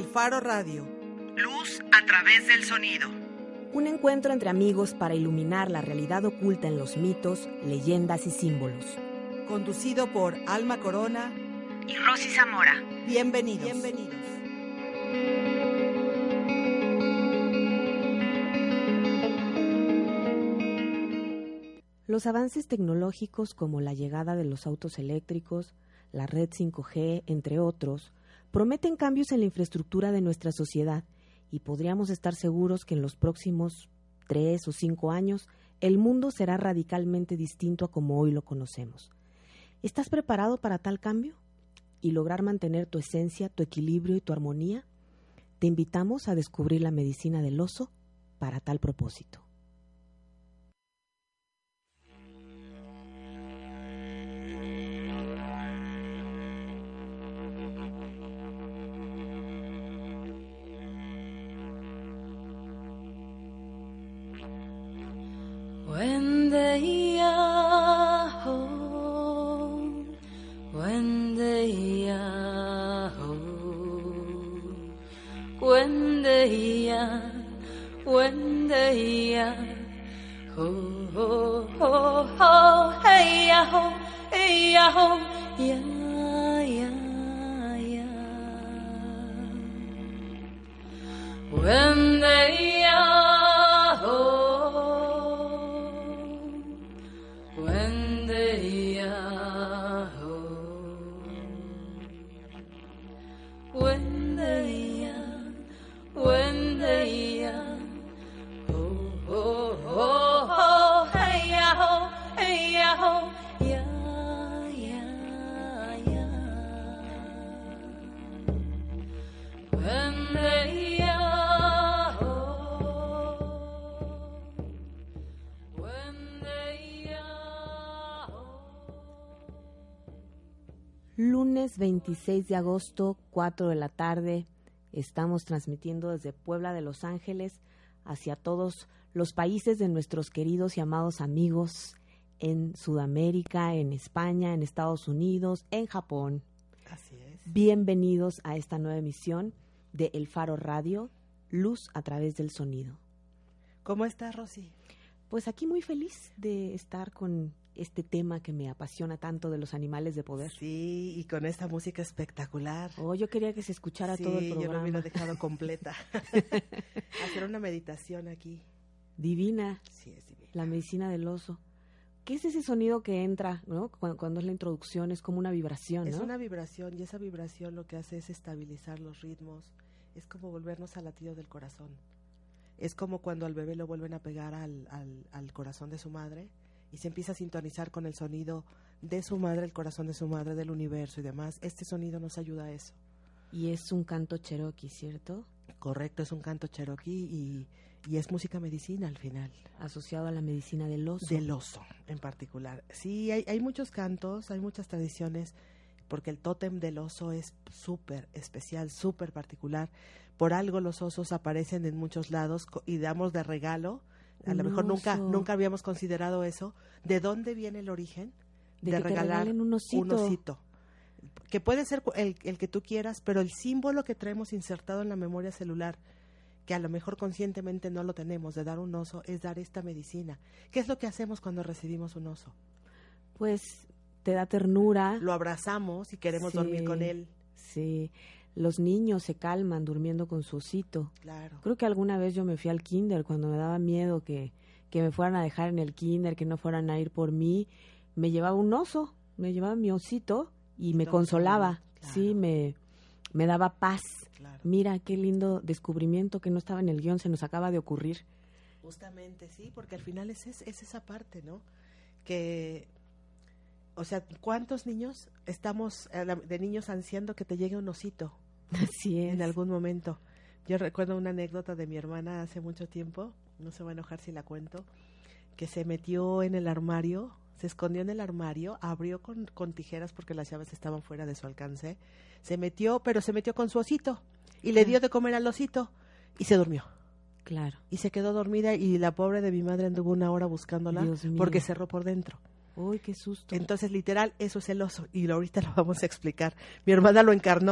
Faro Radio. Luz a través del sonido. Un encuentro entre amigos para iluminar la realidad oculta en los mitos, leyendas y símbolos. Conducido por Alma Corona y Rosy Zamora. Bienvenidos. Los avances tecnológicos como la llegada de los autos eléctricos, la red 5G, entre otros, prometen cambios en la infraestructura de nuestra sociedad y podríamos estar seguros que en los próximos 3 o 5 años el mundo será radicalmente distinto a como hoy lo conocemos. ¿Estás preparado para tal cambio? ¿Y lograr mantener tu esencia, tu equilibrio y tu armonía? Te invitamos a descubrir la medicina del oso para tal propósito. Lunes 26 de agosto, 4 de la tarde, estamos transmitiendo desde Puebla de Los Ángeles hacia todos los países de nuestros queridos y amados amigos en Sudamérica, en España, en Estados Unidos, en Japón. Así es. Bienvenidos a esta nueva emisión de El Faro Radio, Luz a través del sonido. ¿Cómo estás, Rosy? Pues aquí muy feliz de estar con este tema que me apasiona tanto de los animales de poder. Sí, y con esta música espectacular. Oh, yo quería que se escuchara todo el programa. Sí, yo lo hubiera dejado completa. Hacer una meditación aquí. Divina. Sí, es divina. La medicina del oso. ¿Qué es ese sonido que entra, ¿no? Cuando es la introducción? Es como una vibración, ¿no? Es una vibración, y esa vibración lo que hace es estabilizar los ritmos. Es como volvernos al latido del corazón. Es como cuando al bebé lo vuelven a pegar al corazón de su madre y se empieza a sintonizar con el sonido de su madre, el corazón de su madre, del universo y demás. Este sonido nos ayuda a eso. Y es un canto cherokee, ¿cierto? Correcto, es un canto cherokee y es música medicina al final. Asociado a la medicina del oso. Del oso, en particular. Sí, hay muchos cantos, hay muchas tradiciones, porque el tótem del oso es súper especial, súper particular. Por algo los osos aparecen en muchos lados y damos de regalo. A lo mejor nunca habíamos considerado eso. ¿De dónde viene el origen de regalar un osito? Que puede ser el que tú quieras, pero el símbolo que traemos insertado en la memoria celular, que a lo mejor conscientemente no lo tenemos, de dar un oso, es dar esta medicina. ¿Qué es lo que hacemos cuando recibimos un oso? Pues te da ternura. Lo abrazamos y queremos dormir con él. Sí. Los niños se calman durmiendo con su osito. Claro. Creo que alguna vez yo me fui al kinder cuando me daba miedo que me fueran a dejar en el kinder, que no fueran a ir por mí. Me llevaba un oso, me llevaba mi osito y me consolaba. Claro. Sí, me daba paz. Claro. Mira, qué lindo descubrimiento que no estaba en el guión, se nos acaba de ocurrir. Justamente, sí, porque al final es esa parte, ¿no? Que, o sea, ¿cuántos niños estamos de niños ansiando que te llegue un osito? Así es. En algún momento. Yo recuerdo una anécdota de mi hermana hace mucho tiempo, no se va a enojar si la cuento, que se metió en el armario, se escondió en el armario, abrió con tijeras porque las llaves estaban fuera de su alcance, se metió con su osito y le dio de comer al osito y se durmió. Claro. Y se quedó dormida y la pobre de mi madre anduvo una hora buscándola porque cerró por dentro. Uy, qué susto. Entonces, literal, eso es el oso y ahorita lo vamos a explicar. Mi hermana lo encarnó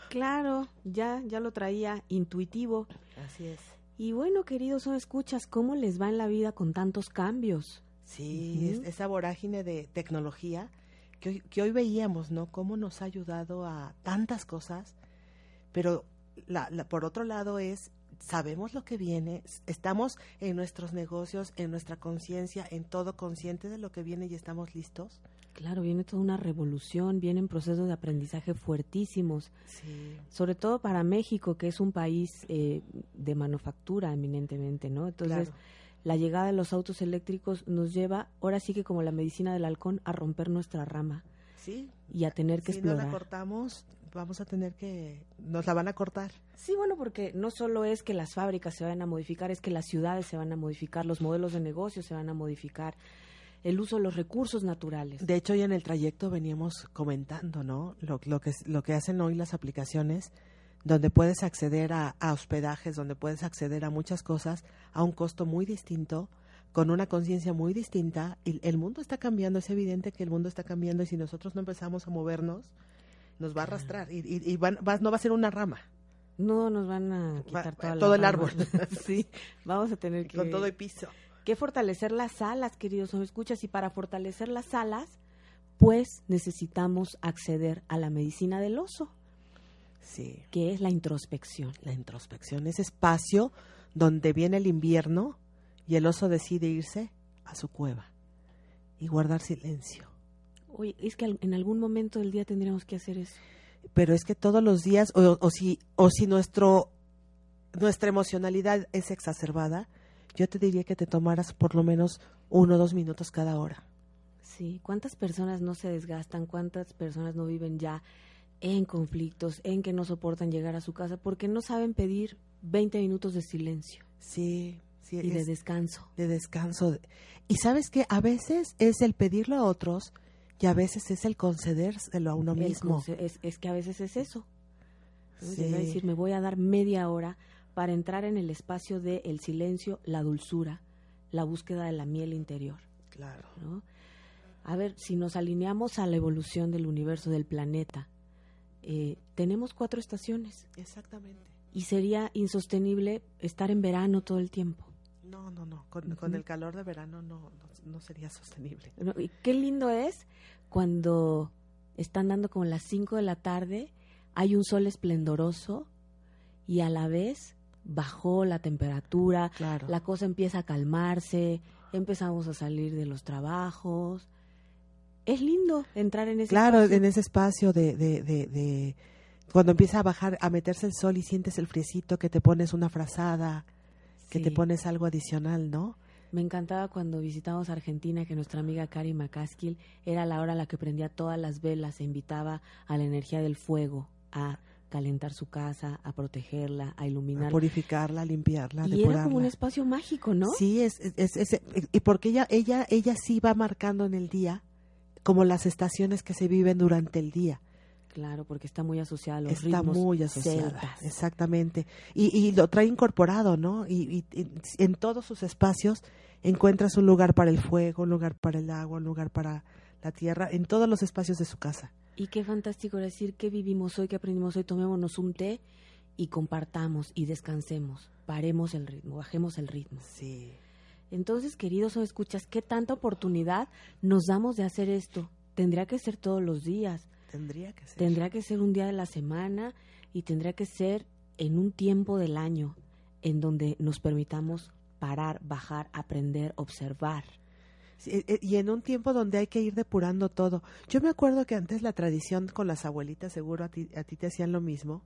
Claro, ya lo traía intuitivo. Así es. Y bueno, queridos, escuchas, ¿cómo les va en la vida con tantos cambios? Sí, esa vorágine de tecnología que hoy veíamos, ¿no? Cómo nos ha ayudado a tantas cosas, pero por otro lado sabemos lo que viene, estamos en nuestros negocios, en nuestra conciencia, en todo consciente de lo que viene y estamos listos. Claro, viene toda una revolución, vienen procesos de aprendizaje fuertísimos, sí. Sobre todo para México, que es un país de manufactura eminentemente, ¿no? Entonces, claro. La llegada de los autos eléctricos nos lleva, ahora sí que como la medicina del halcón, a romper nuestra rama. Sí. Y a tener que explorar. Si no la cortamos, vamos a tener nos la van a cortar. Sí, bueno, porque no solo es que las fábricas se van a modificar, es que las ciudades se van a modificar, los modelos de negocio se van a modificar, el uso de los recursos naturales. De hecho, ya en el trayecto veníamos comentando, ¿no? Lo que hacen hoy las aplicaciones, donde puedes acceder a hospedajes, donde puedes acceder a muchas cosas a un costo muy distinto, con una conciencia muy distinta. Y el mundo está cambiando, es evidente que el mundo está cambiando y si nosotros no empezamos a movernos, nos va a arrastrar y no va a ser una rama. No, nos van a quitar todo el árbol. Sí, vamos a tener que... Con todo el piso. Que fortalecer las alas, queridos escuchas, y para fortalecer las alas, pues necesitamos acceder a la medicina del oso. Sí. Que es la introspección. La introspección, ese espacio donde viene el invierno y el oso decide irse a su cueva y guardar silencio. Oye, es que en algún momento del día tendríamos que hacer eso. Pero es que todos los días, o si nuestra emocionalidad es exacerbada, yo te diría que te tomaras por lo menos 1 o 2 minutos cada hora. Sí, ¿cuántas personas no se desgastan? ¿Cuántas personas no viven ya en conflictos, en que no soportan llegar a su casa porque no saben pedir 20 minutos de silencio? Sí, sí. Y de descanso. De descanso. Y sabes que a veces es el pedirlo a otros y a veces es el concedérselo a uno mismo. Es que a veces es eso. Sí. Es decir, me voy a dar media hora para entrar en el espacio de el silencio, la dulzura, la búsqueda de la miel interior. Claro. ¿No? A ver, si nos alineamos a la evolución del universo, del planeta, tenemos 4 estaciones. Exactamente. Y sería insostenible estar en verano todo el tiempo. No. Con el calor de verano no sería sostenible. Y qué lindo es cuando están dando como las 5 de la tarde, hay un sol esplendoroso y a la vez bajó la temperatura, claro. La cosa empieza a calmarse, empezamos a salir de los trabajos. Es lindo entrar en ese espacio. En ese espacio de cuando empieza a bajar, a meterse el sol y sientes el friecito, que te pones una frazada, que te pones algo adicional, ¿no? Me encantaba cuando visitamos Argentina, que nuestra amiga Cari Macaskill era la hora a la que prendía todas las velas e invitaba a la energía del fuego a calentar su casa, a protegerla, a iluminarla. A purificarla, a limpiarla, a y depurarla. Era como un espacio mágico, ¿no? Sí, y porque ella sí va marcando en el día como las estaciones que se viven durante el día. Claro, porque está muy asociada a los está ritmos muy asociada, celtas. Exactamente. Y lo trae incorporado, ¿no? Y en todos sus espacios encuentras un lugar para el fuego, un lugar para el agua, un lugar para la tierra, en todos los espacios de su casa. Y qué fantástico decir que vivimos hoy, que aprendimos hoy, tomémonos un té y compartamos y descansemos, paremos el ritmo, bajemos el ritmo. Sí. Entonces, queridos escuchas, ¿qué tanta oportunidad nos damos de hacer esto? Tendría que ser todos los días. Tendría que ser. Tendría que ser un día de la semana y tendría que ser en un tiempo del año en donde nos permitamos parar, bajar, aprender, observar. Sí, y en un tiempo donde hay que ir depurando todo. Yo me acuerdo que antes la tradición con las abuelitas, seguro a ti te hacían lo mismo.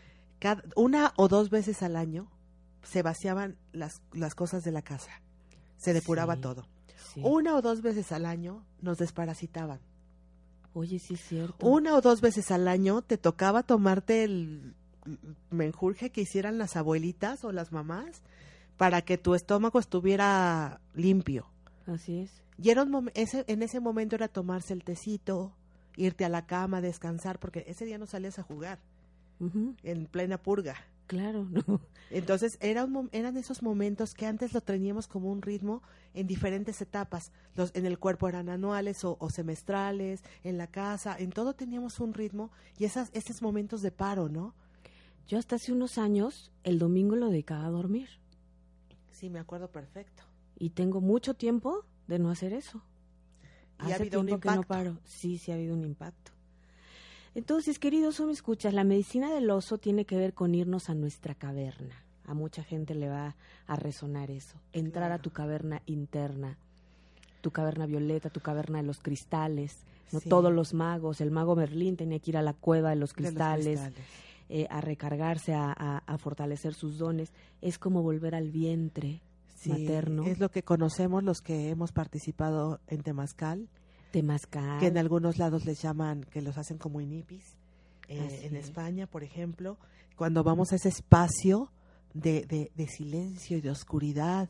1 o 2 veces al año se vaciaban las cosas de la casa. Se depuraba todo. Sí. 1 o 2 veces al año nos desparasitaban. Oye, sí es cierto. 1 o 2 veces al año te tocaba tomarte el menjurje que hicieran las abuelitas o las mamás para que tu estómago estuviera limpio. Así es. Y era en ese momento era tomarse el tecito, irte a la cama, descansar, porque ese día no salías a jugar, Uh-huh. en plena purga. Claro, no. Entonces eran esos momentos que antes lo teníamos como un ritmo en diferentes etapas. En el cuerpo eran anuales o semestrales, en la casa, en todo teníamos un ritmo y esos momentos de paro, ¿no? Yo hasta hace unos años el domingo lo dedicaba a dormir. Sí, me acuerdo perfecto. Y tengo mucho tiempo de no hacer eso. ¿Y ha habido un impacto? Que no paro. Sí, ha habido un impacto. Entonces, queridos, ¿o me escuchas? La medicina del oso tiene que ver con irnos a nuestra caverna. A mucha gente le va a resonar eso. Entrar a tu caverna interna, tu caverna violeta, tu caverna de los cristales. No Sí. todos los magos, el mago Merlín tenía que ir a la cueva de los cristales. A recargarse, a fortalecer sus dones. Es como volver al vientre materno. Es lo que conocemos los que hemos participado en Temazcal. Temazcal. Que en algunos lados les llaman, que los hacen como inipis. En España, por ejemplo, cuando vamos a ese espacio de silencio y de oscuridad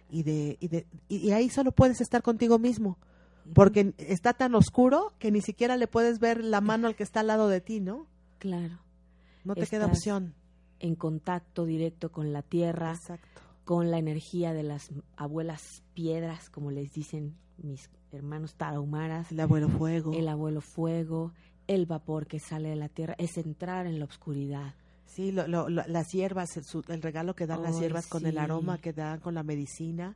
y ahí solo puedes estar contigo mismo, porque está tan oscuro que ni siquiera le puedes ver la mano al que está al lado de ti, ¿no? Claro. No te queda opción. En contacto directo con la tierra. Exacto. Con la energía de las abuelas piedras, como les dicen mis hermanos tarahumaras. El abuelo fuego. El abuelo fuego, el vapor que sale de la tierra, es entrar en la oscuridad. Sí, las hierbas, el regalo que dan las hierbas con el aroma que dan con la medicina.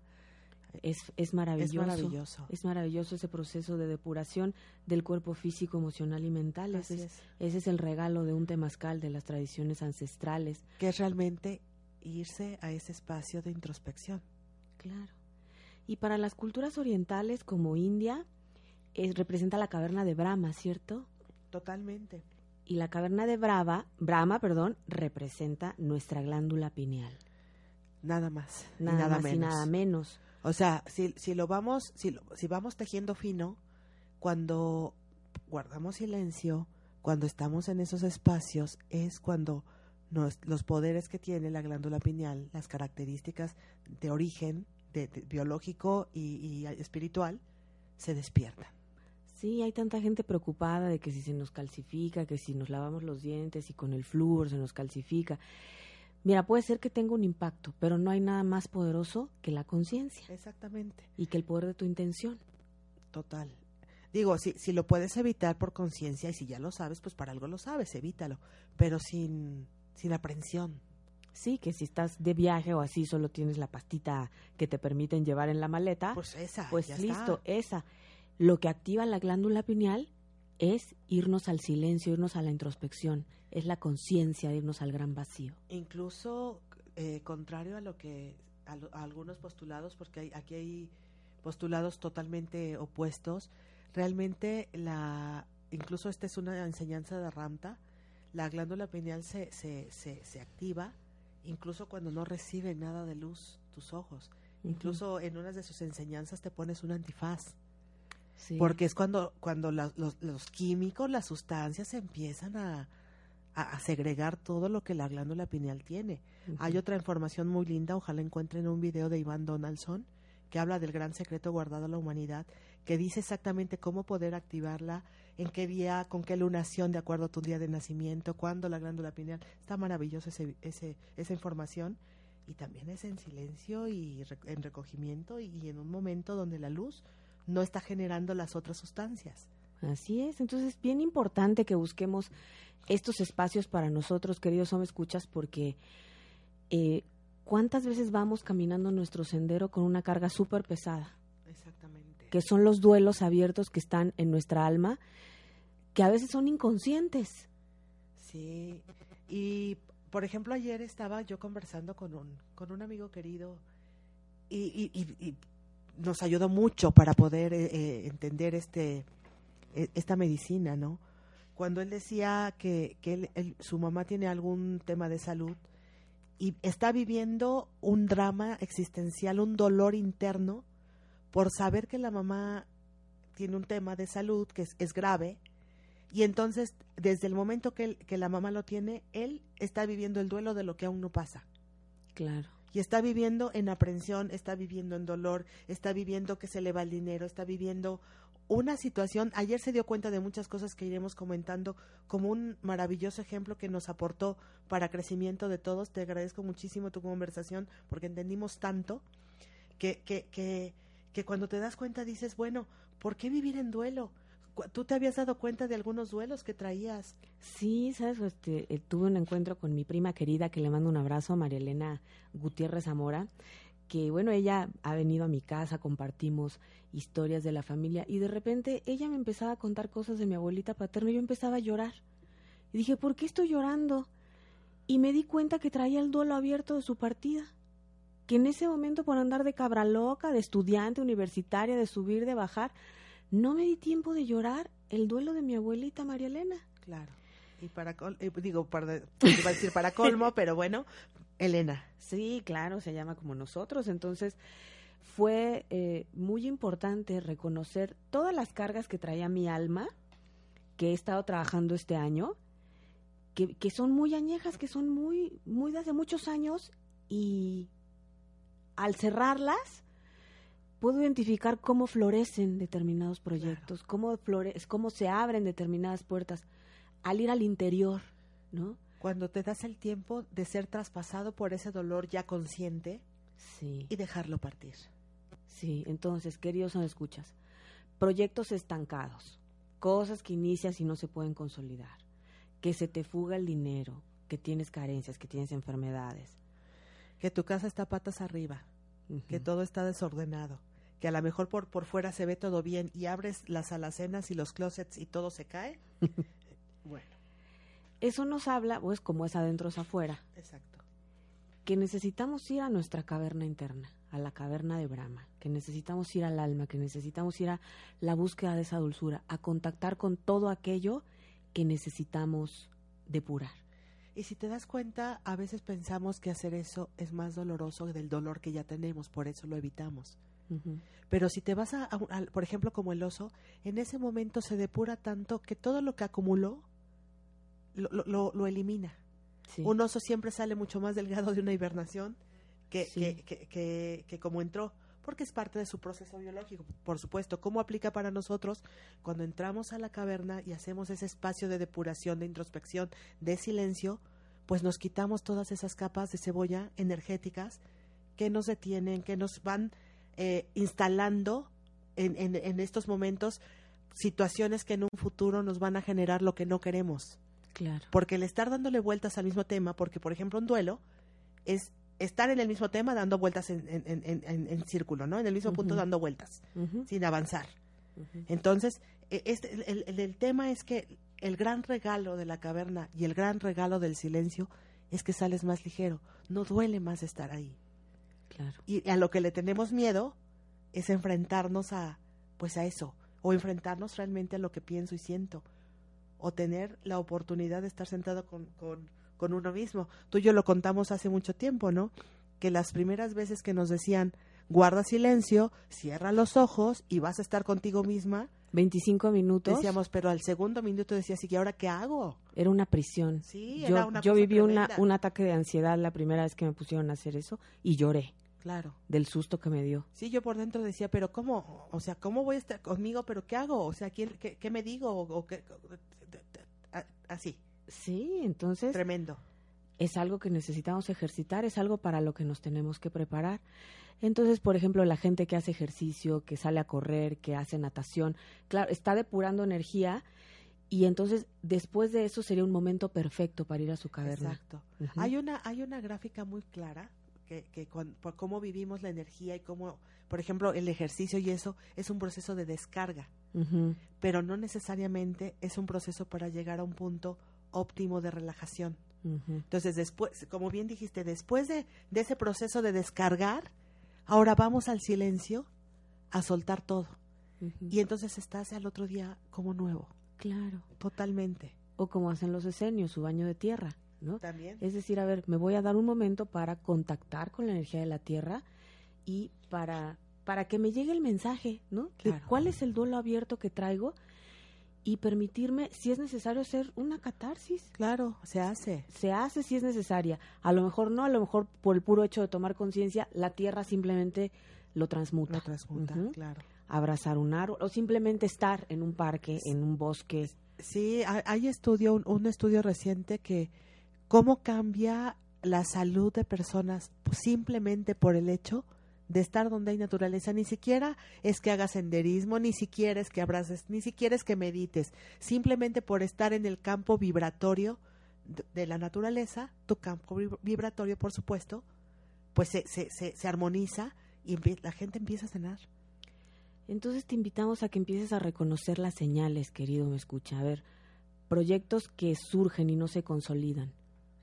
Es maravilloso. Es maravilloso. Es maravilloso ese proceso de depuración del cuerpo físico, emocional y mental. Ese es el regalo de un temazcal, de las tradiciones ancestrales. Que es realmente irse a ese espacio de introspección. Claro. Y para las culturas orientales como India, representa la caverna de Brahma, ¿cierto? Totalmente. Y la caverna de Brahma, representa nuestra glándula pineal. Nada más. Nada más menos. Y nada menos. O sea, si vamos tejiendo fino, cuando guardamos silencio, cuando estamos en esos espacios, es cuando los poderes que tiene la glándula pineal, las características de origen de biológico y espiritual, se despiertan. Sí, hay tanta gente preocupada de que si se nos calcifica, que si nos lavamos los dientes y con el flúor se nos calcifica. Mira, puede ser que tenga un impacto, pero no hay nada más poderoso que la conciencia. Exactamente. Y que el poder de tu intención. Total. Digo, si lo puedes evitar por conciencia y si ya lo sabes, pues para algo lo sabes, evítalo, pero sin aprensión. Sí, que si estás de viaje o así, solo tienes la pastita que te permiten llevar en la maleta. Pues esa, pues ya listo, está. Esa. Lo que activa la glándula pineal es irnos al silencio, irnos a la introspección. Es la conciencia de irnos al gran vacío. Incluso, contrario a lo que a algunos postulados, porque aquí hay postulados totalmente opuestos, realmente incluso esta es una enseñanza de Ramta, la glándula pineal se activa incluso cuando no recibe nada de luz tus ojos. Incluso en una de sus enseñanzas te pones un antifaz. Sí. Porque es cuando los químicos, las sustancias empiezan a segregar todo lo que la glándula pineal tiene. Hay otra información muy linda, ojalá encuentren un video de Iván Donaldson que habla del gran secreto guardado a la humanidad, que dice exactamente cómo poder activarla, en qué día, con qué lunación, de acuerdo a tu día de nacimiento, cuándo la glándula pineal. Está maravillosa esa información, y también es en silencio y en recogimiento y en un momento donde la luz no está generando las otras sustancias. Así es, entonces es bien importante que busquemos estos espacios para nosotros, queridos hombres escuchas, porque ¿cuántas veces vamos caminando nuestro sendero con una carga súper pesada? Exactamente. Que son los duelos abiertos que están en nuestra alma, que a veces son inconscientes. Sí, y por ejemplo ayer estaba yo conversando con un amigo querido y nos ayudó mucho para poder entender esta medicina, ¿no? Cuando él decía que su mamá tiene algún tema de salud y está viviendo un drama existencial, un dolor interno por saber que la mamá tiene un tema de salud que es grave, y entonces desde el momento que la mamá lo tiene, él está viviendo el duelo de lo que aún no pasa. Claro. Y está viviendo en aprensión, está viviendo en dolor, está viviendo que se le va el dinero, está viviendo una situación, ayer se dio cuenta de muchas cosas que iremos comentando, como un maravilloso ejemplo que nos aportó para crecimiento de todos. Te agradezco muchísimo tu conversación, porque entendimos tanto que cuando te das cuenta dices, bueno, ¿por qué vivir en duelo? ¿Tú te habías dado cuenta de algunos duelos que traías? Sí, sabes, tuve un encuentro con mi prima querida, que le mando un abrazo, María Elena Gutiérrez Zamora, que bueno, ella ha venido a mi casa, compartimos historias de la familia, y de repente ella me empezaba a contar cosas de mi abuelita paterna y yo empezaba a llorar. Y dije, ¿por qué estoy llorando? Y me di cuenta que traía el duelo abierto de su partida, que en ese momento, por andar de cabra loca, de estudiante universitaria, de subir, de bajar, no me di tiempo de llorar el duelo de mi abuelita María Elena. Claro. Y iba a decir para colmo, pero bueno, Elena. Sí, claro, se llama como nosotros. Entonces, fue muy importante reconocer todas las cargas que traía mi alma, que he estado trabajando este año, que son muy añejas, que son muy de hace muchos años, y al cerrarlas puedo identificar cómo florecen determinados proyectos, claro. Cómo se abren determinadas puertas al ir al interior, ¿no? Cuando te das el tiempo de ser traspasado por ese dolor ya consciente, sí, y dejarlo partir. Sí, entonces, queridos escuchas, proyectos estancados, cosas que inicias y no se pueden consolidar, que se te fuga el dinero, que tienes carencias, que tienes enfermedades, que tu casa está patas arriba, que todo está desordenado, que a lo mejor por fuera se ve todo bien y abres las alacenas y los closets y todo se cae. Bueno. Eso nos habla, pues, como es adentro es afuera. Exacto. Que necesitamos ir a nuestra caverna interna, a la caverna de Brahma, que necesitamos ir al alma, que necesitamos ir a la búsqueda de esa dulzura, a contactar con todo aquello que necesitamos depurar. Y si te das cuenta, a veces pensamos que hacer eso es más doloroso del dolor que ya tenemos, por eso lo evitamos. Uh-huh. Pero si te vas por ejemplo, como el oso, en ese momento se depura tanto que todo lo que acumuló lo elimina. Sí. Un oso siempre sale mucho más delgado de una hibernación que como entró, porque es parte de su proceso biológico, por supuesto. ¿Cómo aplica para nosotros cuando entramos a la caverna y hacemos ese espacio de depuración, de introspección, de silencio? Pues nos quitamos todas esas capas de cebolla energéticas que nos detienen, que nos van instalando en estos momentos situaciones que en un futuro nos van a generar lo que no queremos. Claro. Porque el estar dándole vueltas al mismo tema, porque por ejemplo un duelo es estar en el mismo tema dando vueltas en círculo, ¿no? En el mismo uh-huh. punto dando vueltas, uh-huh. sin avanzar. Uh-huh. Entonces, el tema es que el gran regalo de la caverna y el gran regalo del silencio es que sales más ligero, no duele más estar ahí. Claro. Y a lo que le tenemos miedo es enfrentarnos a eso, o enfrentarnos realmente a lo que pienso y siento, o tener la oportunidad de estar sentado con uno mismo. Tú y yo lo contamos hace mucho tiempo, ¿no? Que las primeras veces que nos decían, guarda silencio, cierra los ojos y vas a estar contigo misma. 25 minutos. Decíamos, pero al segundo minuto decías, ¿y ahora qué hago? Era una prisión. Sí, era una yo cosa viví tremenda. un ataque de ansiedad la primera vez que me pusieron a hacer eso y lloré. Claro. Del susto que me dio. Sí, yo por dentro decía, pero ¿cómo? O sea, ¿cómo voy a estar conmigo? ¿Pero qué hago? O sea, ¿qué me digo? O qué, así. Sí, entonces. Tremendo. Es algo que necesitamos ejercitar, es algo para lo que nos tenemos que preparar. Entonces, por ejemplo, la gente que hace ejercicio, que sale a correr, que hace natación, claro, está depurando energía y entonces después de eso sería un momento perfecto para ir a su caverna. Exacto. Uh-huh. Hay una gráfica muy clara por cómo vivimos la energía y cómo, por ejemplo, el ejercicio y eso es un proceso de descarga, uh-huh. pero no necesariamente es un proceso para llegar a un punto óptimo de relajación. Uh-huh. Entonces, después, como bien dijiste, después de ese proceso de descargar, ahora vamos al silencio a soltar todo. Uh-huh. Y entonces estás al otro día como nuevo. Claro. Totalmente. O como hacen los esenios, su baño de tierra, ¿no? También. Es decir, a ver, me voy a dar un momento para contactar con la energía de la tierra y para que me llegue el mensaje, ¿no? Claro. De cuál es el duelo abierto que traigo y permitirme, si es necesario, hacer una catarsis. Claro, se hace si es necesaria. A lo mejor no, a lo mejor por el puro hecho de tomar conciencia, la tierra simplemente lo transmuta. Uh-huh. Claro. abrazar un árbol o simplemente estar en un parque, en un bosque. Sí, hay un estudio reciente que cómo cambia la salud de personas simplemente por el hecho de estar donde hay naturaleza. Ni siquiera es que hagas senderismo, ni siquiera es que abraces, ni siquiera es que medites. Simplemente por estar en el campo vibratorio de la naturaleza, tu campo vibratorio, por supuesto, pues se armoniza y la gente empieza a sanar. Entonces te invitamos a que empieces a reconocer las señales, querido me escucha. A ver, proyectos que surgen y no se consolidan.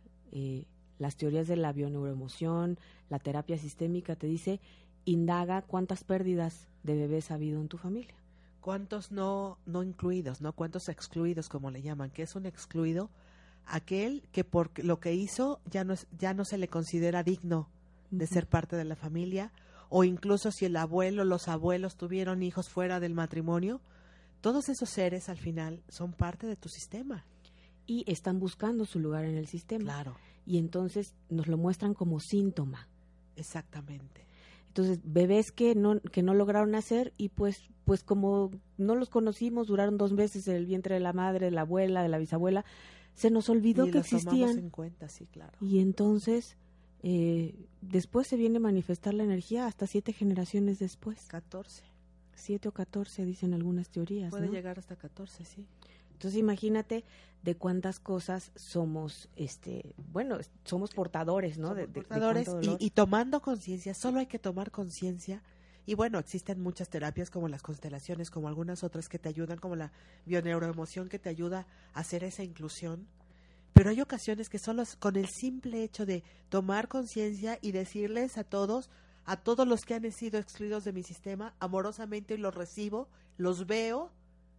Las teorías de la bioneuroemoción, la terapia sistémica te dice, indaga cuántas pérdidas de bebés ha habido en tu familia. ¿Cuántos no incluidos, no? ¿Cuántos excluidos, como le llaman? ¿Qué es un excluido? Aquel que por lo que hizo ya no se le considera digno de ser parte de la familia, o incluso si el abuelo, los abuelos tuvieron hijos fuera del matrimonio, todos esos seres al final son parte de tu sistema. Y están buscando su lugar en el sistema. Claro. Y entonces nos lo muestran como síntoma. Exactamente. Entonces, bebés que no lograron nacer y pues como no los conocimos, duraron 2 meses en el vientre de la madre, de la abuela, de la bisabuela, se nos olvidó que existían. Tomamos en cuenta, sí, claro. Y entonces, después se viene a manifestar la energía hasta 7 generaciones después. 14. 7 o 14 dicen algunas teorías, Puede ¿no? llegar hasta 14, sí. Entonces imagínate de cuántas cosas somos, somos portadores, ¿no? Somos portadores de dolor. Y tomando conciencia, solo hay que tomar conciencia. Y bueno, existen muchas terapias como las constelaciones, como algunas otras que te ayudan, como la bioneuroemoción que te ayuda a hacer esa inclusión. Pero hay ocasiones que solo con el simple hecho de tomar conciencia y decirles a todos los que han sido excluidos de mi sistema, amorosamente los recibo, los veo,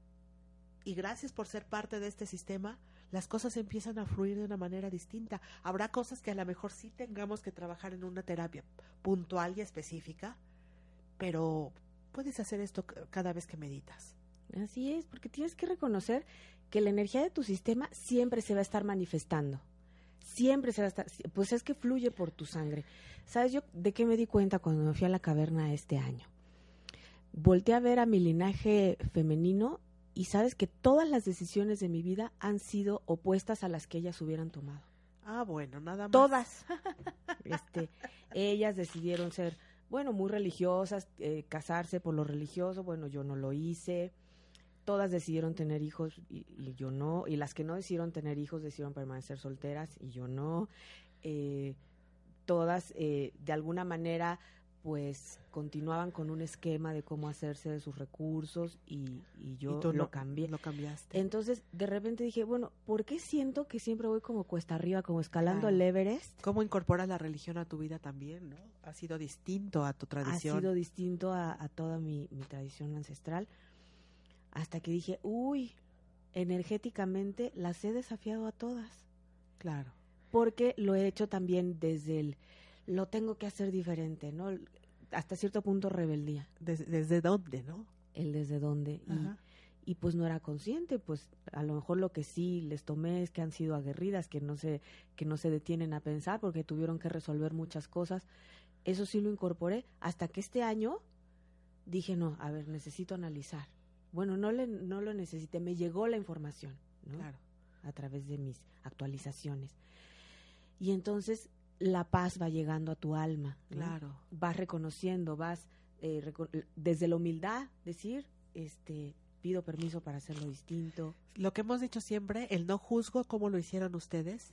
y gracias por ser parte de este sistema, las cosas empiezan a fluir de una manera distinta. Habrá cosas que a lo mejor sí tengamos que trabajar en una terapia puntual y específica, pero puedes hacer esto cada vez que meditas. Así es, porque tienes que reconocer que la energía de tu sistema siempre se va a estar manifestando. Siempre se va a estar, pues es que fluye por tu sangre. ¿Sabes yo de qué me di cuenta cuando me fui a la caverna este año? Volteé a ver a mi linaje femenino y sabes que todas las decisiones de mi vida han sido opuestas a las que ellas hubieran tomado. Ah, bueno, nada más. Todas. Ellas decidieron ser, muy religiosas, casarse por lo religioso. Bueno, yo no lo hice. Todas decidieron tener hijos y yo no. Y las que no decidieron tener hijos decidieron permanecer solteras y yo no. Todas, de alguna manera, pues continuaban con un esquema de cómo hacerse de sus recursos y yo lo cambié. Lo cambiaste. Entonces, de repente dije, ¿por qué siento que siempre voy como cuesta arriba, como escalando el Everest? ¿Cómo incorporas la religión a tu vida también, no? Ha sido distinto a tu tradición. Ha sido distinto a toda mi tradición ancestral. Hasta que dije, energéticamente las he desafiado a todas. Claro. Porque lo he hecho también desde lo tengo que hacer diferente, ¿no? Hasta cierto punto rebeldía. ¿Desde dónde, no? El desde dónde. Y pues no era consciente, pues a lo mejor lo que sí les tomé es que han sido aguerridas, que no se detienen a pensar porque tuvieron que resolver muchas cosas. Eso sí lo incorporé hasta que este año dije, no, a ver, necesito analizar. Bueno, no lo necesité, me llegó la información, ¿no? Claro. A través de mis actualizaciones. Y entonces la paz va llegando a tu alma, ¿no? Claro. Vas reconociendo, vas desde la humildad, decir, pido permiso para hacerlo distinto. Lo que hemos dicho siempre, el no juzgo cómo lo hicieron ustedes,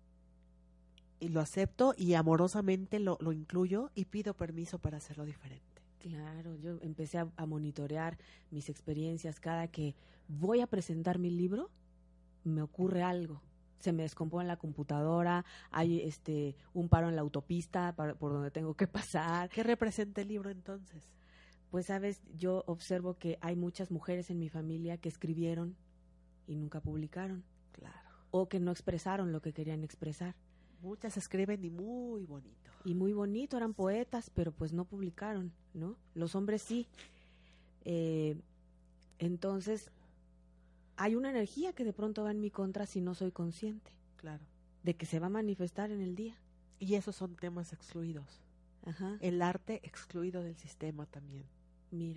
y lo acepto y amorosamente lo incluyo y pido permiso para hacerlo diferente. Claro, yo empecé a monitorear mis experiencias. Cada que voy a presentar mi libro, me ocurre algo. Se me descompone la computadora, hay un paro en la autopista por donde tengo que pasar. ¿Qué representa el libro entonces? Pues sabes, yo observo que hay muchas mujeres en mi familia que escribieron y nunca publicaron. Claro. O que no expresaron lo que querían expresar. Muchas escriben y muy bonito. Y muy bonito, eran poetas, pero pues no publicaron, ¿no? Los hombres sí. Entonces, hay una energía que de pronto va en mi contra si no soy consciente. Claro. De que se va a manifestar en el día. Y esos son temas excluidos. Ajá. El arte excluido del sistema también. Mira.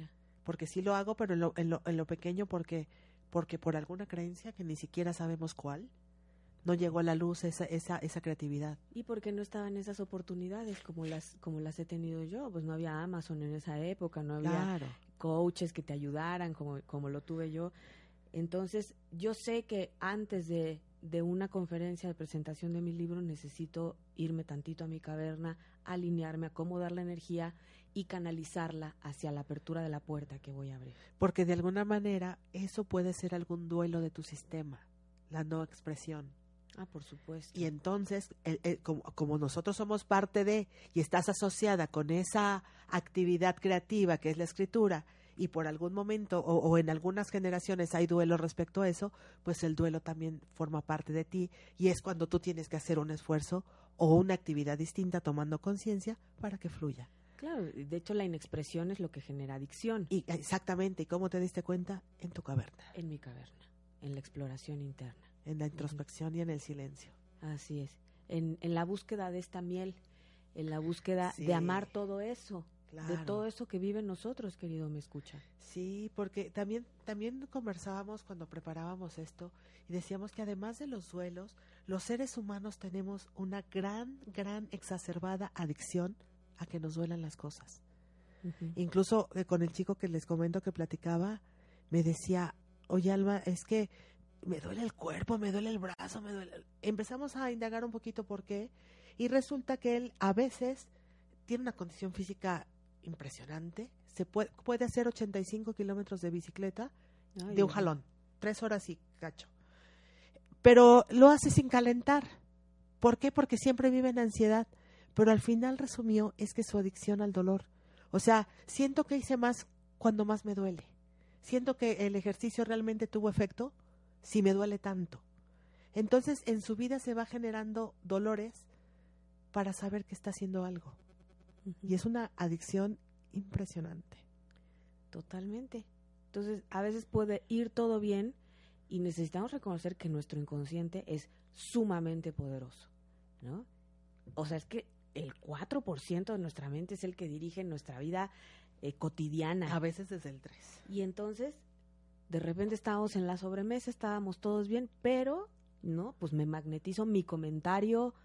porque sí lo hago, pero en lo pequeño porque por alguna creencia que ni siquiera sabemos cuál, no llegó a la luz esa creatividad. Y porque no estaban esas oportunidades como las he tenido yo, pues no había Amazon en esa época, no había Claro. coaches que te ayudaran como lo tuve yo. Entonces, yo sé que antes de una conferencia de presentación de mi libro necesito irme tantito a mi caverna, alinearme, acomodar la energía y canalizarla hacia la apertura de la puerta que voy a abrir. Porque de alguna manera eso puede ser algún duelo de tu sistema, la no expresión. Ah, por supuesto. Y entonces, como nosotros somos parte de, y estás asociada con esa actividad creativa que es la escritura, y por algún momento o en algunas generaciones hay duelo respecto a eso, pues el duelo también forma parte de ti y es cuando tú tienes que hacer un esfuerzo o una actividad distinta tomando conciencia para que fluya. Claro, de hecho la inexpresión es lo que genera adicción. Y exactamente, ¿y cómo te diste cuenta? En tu caverna. En mi caverna, en la exploración interna. En la introspección y en el silencio. Así es, en la búsqueda de esta miel, en la búsqueda Sí. de amar todo eso. Claro. De todo eso que vive en nosotros, querido me escucha. Sí, porque también conversábamos cuando preparábamos esto y decíamos que además de los duelos, los seres humanos tenemos una gran exacerbada adicción a que nos duelan las cosas. Uh-huh. Incluso con el chico que les comento que platicaba, me decía, oye Alma, es que me duele el cuerpo, me duele el brazo, me duele... Empezamos a indagar un poquito por qué y resulta que él a veces tiene una condición física impresionante, se puede hacer 85 kilómetros de bicicleta de un jalón, 3 horas y cacho, pero lo hace sin calentar. ¿Por qué? Porque siempre vive en ansiedad, pero al final resumió es que su adicción al dolor, o sea, siento que hice más cuando más me duele, siento que el ejercicio realmente tuvo efecto si me duele tanto. Entonces en su vida se va generando dolores para saber que está haciendo algo. Y es una adicción impresionante. Totalmente. Entonces, a veces puede ir todo bien y necesitamos reconocer que nuestro inconsciente es sumamente poderoso, ¿no? O sea, es que el 4% de nuestra mente es el que dirige nuestra vida cotidiana. A veces desde el 3%. Y entonces, de repente estábamos en la sobremesa, estábamos todos bien, pero, ¿no? Pues me magnetizo mi comentario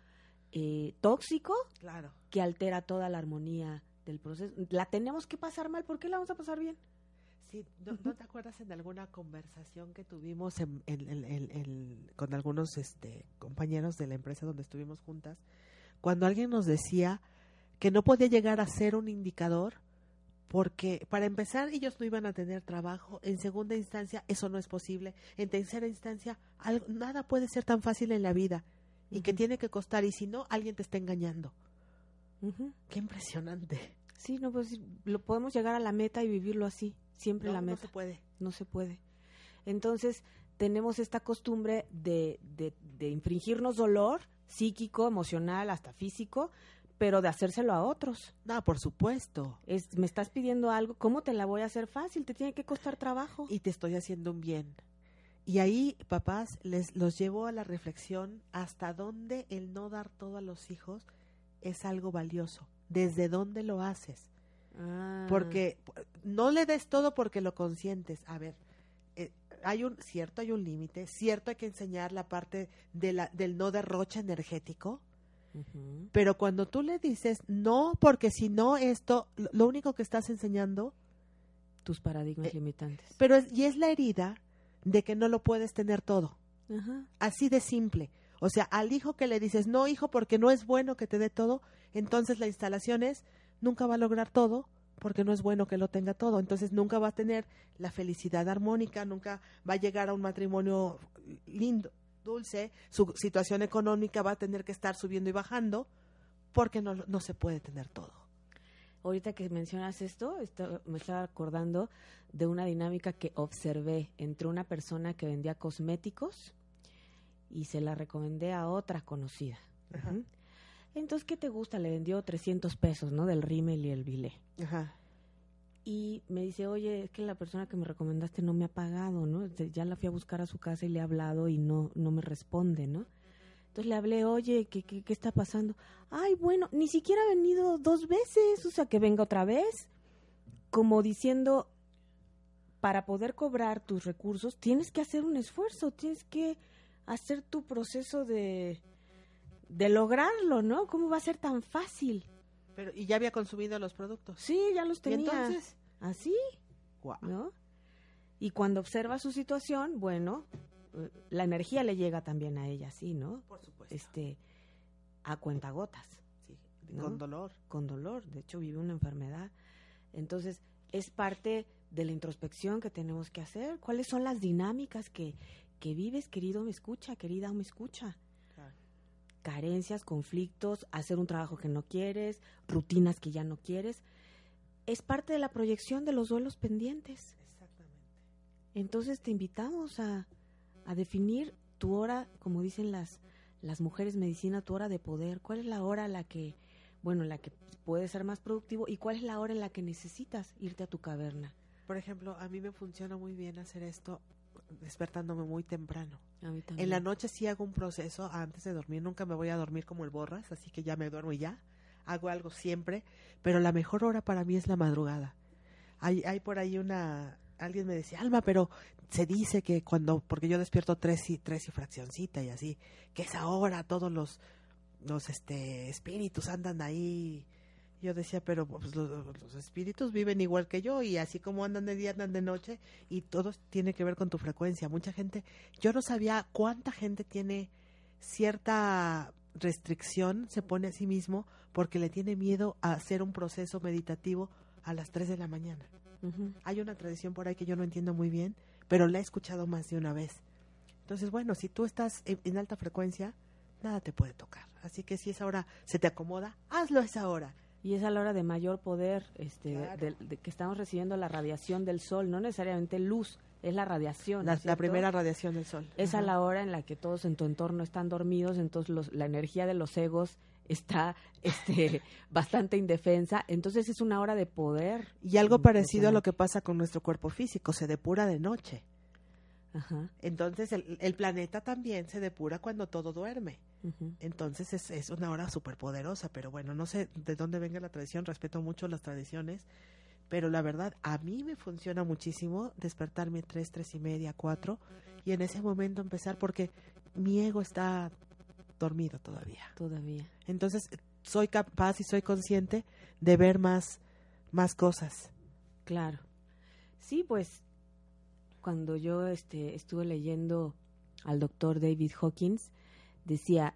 tóxico, claro, que altera toda la armonía del proceso. La tenemos que pasar mal, ¿por qué la vamos a pasar bien? Sí, ¿no te acuerdas en alguna conversación que tuvimos con algunos compañeros de la empresa donde estuvimos juntas, cuando alguien nos decía que no podía llegar a ser un indicador porque para empezar ellos no iban a tener trabajo, en segunda instancia eso no es posible, en tercera instancia nada puede ser tan fácil en la vida y que tiene que costar, y si no, alguien te está engañando. Qué impresionante. Sí, no, pues lo podemos llegar a la meta y vivirlo así, siempre la meta. No se puede. No se puede. Entonces, tenemos esta costumbre de infringirnos dolor psíquico, emocional, hasta físico, pero de hacérselo a otros. No, por supuesto. Me estás pidiendo algo, ¿cómo te la voy a hacer fácil? Te tiene que costar trabajo. Y te estoy haciendo un bien. Y ahí, papás, los llevo a la reflexión hasta dónde el no dar todo a los hijos es algo valioso. ¿Desde dónde lo haces? Porque no le des todo porque lo consientes. A ver, hay un límite, cierto hay que enseñar la parte del no derroche energético, pero cuando tú le dices no, porque si no esto, lo único que estás enseñando... Tus paradigmas limitantes. Pero es la herida de que no lo puedes tener todo. Así de simple. O sea, al hijo que le dices, no hijo, porque no es bueno que te dé todo, entonces la instalación es, nunca va a lograr todo, porque no es bueno que lo tenga todo. Entonces nunca va a tener la felicidad armónica, nunca va a llegar a un matrimonio lindo, dulce, su situación económica va a tener que estar subiendo y bajando, porque no se puede tener todo. Ahorita que mencionas esto, me estaba acordando de una dinámica que observé entre una persona que vendía cosméticos y se la recomendé a otra conocida. Entonces, ¿qué te gusta? Le vendió 300 pesos, ¿no? Del rímel y el bilé. Y me dice, oye, es que la persona que me recomendaste no me ha pagado, ¿no? Ya la fui a buscar a su casa y le he hablado y no me responde, ¿no? Entonces le hablé, oye, ¿qué está pasando? Ay, bueno, ni siquiera ha venido 2 veces, o sea, que venga otra vez. Como diciendo, para poder cobrar tus recursos tienes que hacer un esfuerzo, tienes que hacer tu proceso de lograrlo, ¿no? ¿Cómo va a ser tan fácil? Pero, ¿y ya había consumido los productos? Sí, ya los tenía. ¿Y entonces? ¿Así? Guau. ¿No? Y cuando observa su situación, bueno, la energía le llega también a ella, sí, ¿no? Por supuesto. A cuentagotas. Sí, ¿no? con dolor. Con dolor, de hecho vive una enfermedad. Entonces, es parte de la introspección que tenemos que hacer. ¿Cuáles son las dinámicas que vives, querido me escucha, querida me escucha? Claro. Carencias, conflictos, hacer un trabajo que no quieres, rutinas que ya no quieres. Es parte de la proyección de los duelos pendientes. Exactamente. Entonces te invitamos a definir tu hora, como dicen las mujeres medicina, tu hora de poder. ¿Cuál es la hora en la que puedes ser más productivo y cuál es la hora en la que necesitas irte a tu caverna? Por ejemplo, a mí me funciona muy bien hacer esto despertándome muy temprano. A mí también. En la noche sí hago un proceso antes de dormir, nunca me voy a dormir como el Borras, así que ya me duermo y ya. Hago algo siempre, pero la mejor hora para mí es la madrugada. Hay por ahí alguien me decía, Alma, pero se dice que porque yo despierto 3 y fraccioncita y así, que esa hora todos los espíritus andan ahí. Yo decía, pero pues, los espíritus viven igual que yo y así como andan de día, andan de noche y todo tiene que ver con tu frecuencia. Mucha gente, yo no sabía cuánta gente tiene cierta restricción, se pone a sí mismo porque le tiene miedo a hacer un proceso meditativo a las 3 de la mañana. Uh-huh. Hay una tradición por ahí que yo no entiendo muy bien, pero la he escuchado más de una vez. Entonces, bueno, si tú estás en alta frecuencia, nada te puede tocar. Así que si esa hora se te acomoda, hazlo a esa hora. Y es a la hora de mayor poder, Claro. de que estamos recibiendo la radiación del sol, no necesariamente luz, es la radiación. La primera radiación del sol. Es a la hora en la que todos en tu entorno están dormidos, entonces la energía de los egos está bastante indefensa, entonces es una hora de poder. Y algo parecido a lo que pasa con nuestro cuerpo físico, se depura de noche. Ajá. Entonces el planeta también se depura cuando todo duerme. Uh-huh. Entonces es una hora súper poderosa, pero bueno, no sé de dónde venga la tradición, respeto mucho las tradiciones, pero la verdad, a mí me funciona muchísimo despertarme 3:30, 4, y en ese momento empezar porque mi ego está dormido todavía. Entonces soy capaz y soy consciente de ver más cosas. Claro. Sí, pues cuando yo estuve leyendo al doctor David Hawkins, decía,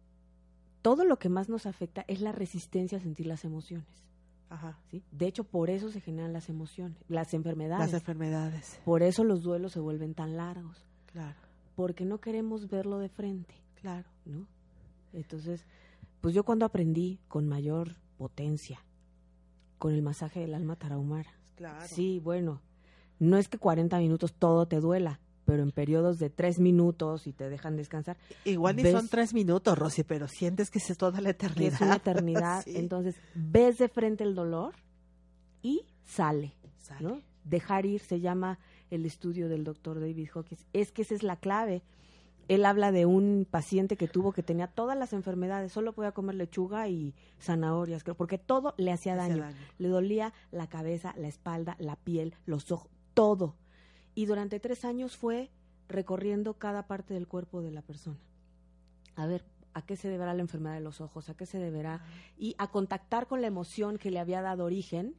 todo lo que más nos afecta es la resistencia a sentir las emociones. Ajá. ¿Sí? De hecho, por eso se generan las emociones, las enfermedades. Las enfermedades. Por eso los duelos se vuelven tan largos. Claro. Porque no queremos verlo de frente. Claro. ¿No? Entonces, pues yo cuando aprendí con mayor potencia, con el masaje del alma tarahumara. Claro. Sí, bueno, no es que 40 minutos todo te duela, pero en periodos de 3 minutos y te dejan descansar. Igual ni son 3 minutos, Rosy, pero sientes que es toda la eternidad. Que es una eternidad. Sí. Entonces, ves de frente el dolor y sale. ¿No? Dejar ir se llama el estudio del doctor David Hawkins. Es que esa es la clave. Él habla de un paciente que tenía todas las enfermedades, solo podía comer lechuga y zanahorias, porque todo le hacía daño. Le dolía la cabeza, la espalda, la piel, los ojos, todo. Y durante 3 años fue recorriendo cada parte del cuerpo de la persona. A ver, ¿a qué se deberá la enfermedad de los ojos? ¿A qué se deberá? Y a contactar con la emoción que le había dado origen